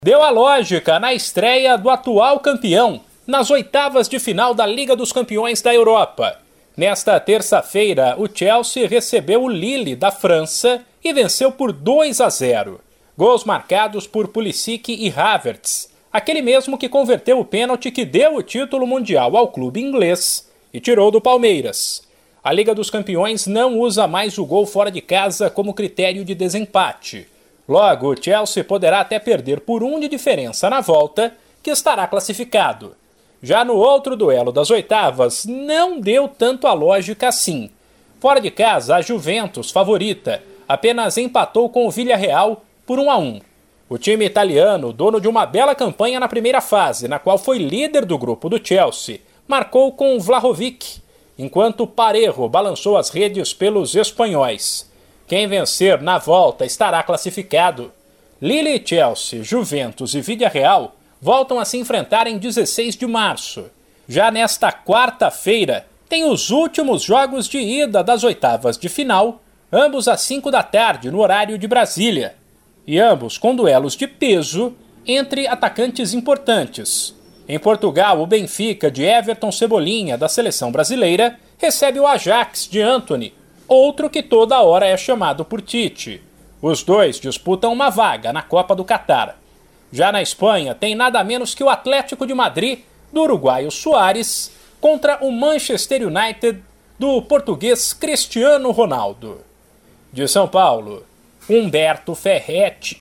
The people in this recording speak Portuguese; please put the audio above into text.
Deu a lógica na estreia do atual campeão nas oitavas de final da Liga dos Campeões da Europa. Nesta terça-feira, o Chelsea recebeu o Lille da França e venceu por 2-0. Gols marcados por Pulisic e Havertz, aquele mesmo que converteu o pênalti que deu o título mundial ao clube inglês e tirou do Palmeiras. A Liga dos Campeões não usa mais o gol fora de casa como critério de desempate. Logo, o Chelsea poderá até perder por 1 de diferença na volta, que estará classificado. Já no outro duelo das oitavas, não deu tanto a lógica assim. Fora de casa, a Juventus, favorita, apenas empatou com o Villarreal por 1-1. O time italiano, dono de uma bela campanha na primeira fase, na qual foi líder do grupo do Chelsea, marcou com Vlahovic, enquanto Parejo balançou as redes pelos espanhóis. Quem vencer na volta estará classificado. Lille, Chelsea, Juventus e Villarreal voltam a se enfrentar em 16 de março. Já nesta quarta-feira, tem os últimos jogos de ida das oitavas de final, ambos às 5 da tarde no horário de Brasília. E ambos com duelos de peso entre atacantes importantes. Em Portugal, o Benfica de Everton Cebolinha, da seleção brasileira, recebe o Ajax de Antony, outro que toda hora é chamado por Tite. Os dois disputam uma vaga na Copa do Catar. Já na Espanha, tem nada menos que o Atlético de Madrid, do uruguaio Suárez, contra o Manchester United, do português Cristiano Ronaldo. De São Paulo, Humberto Ferretti.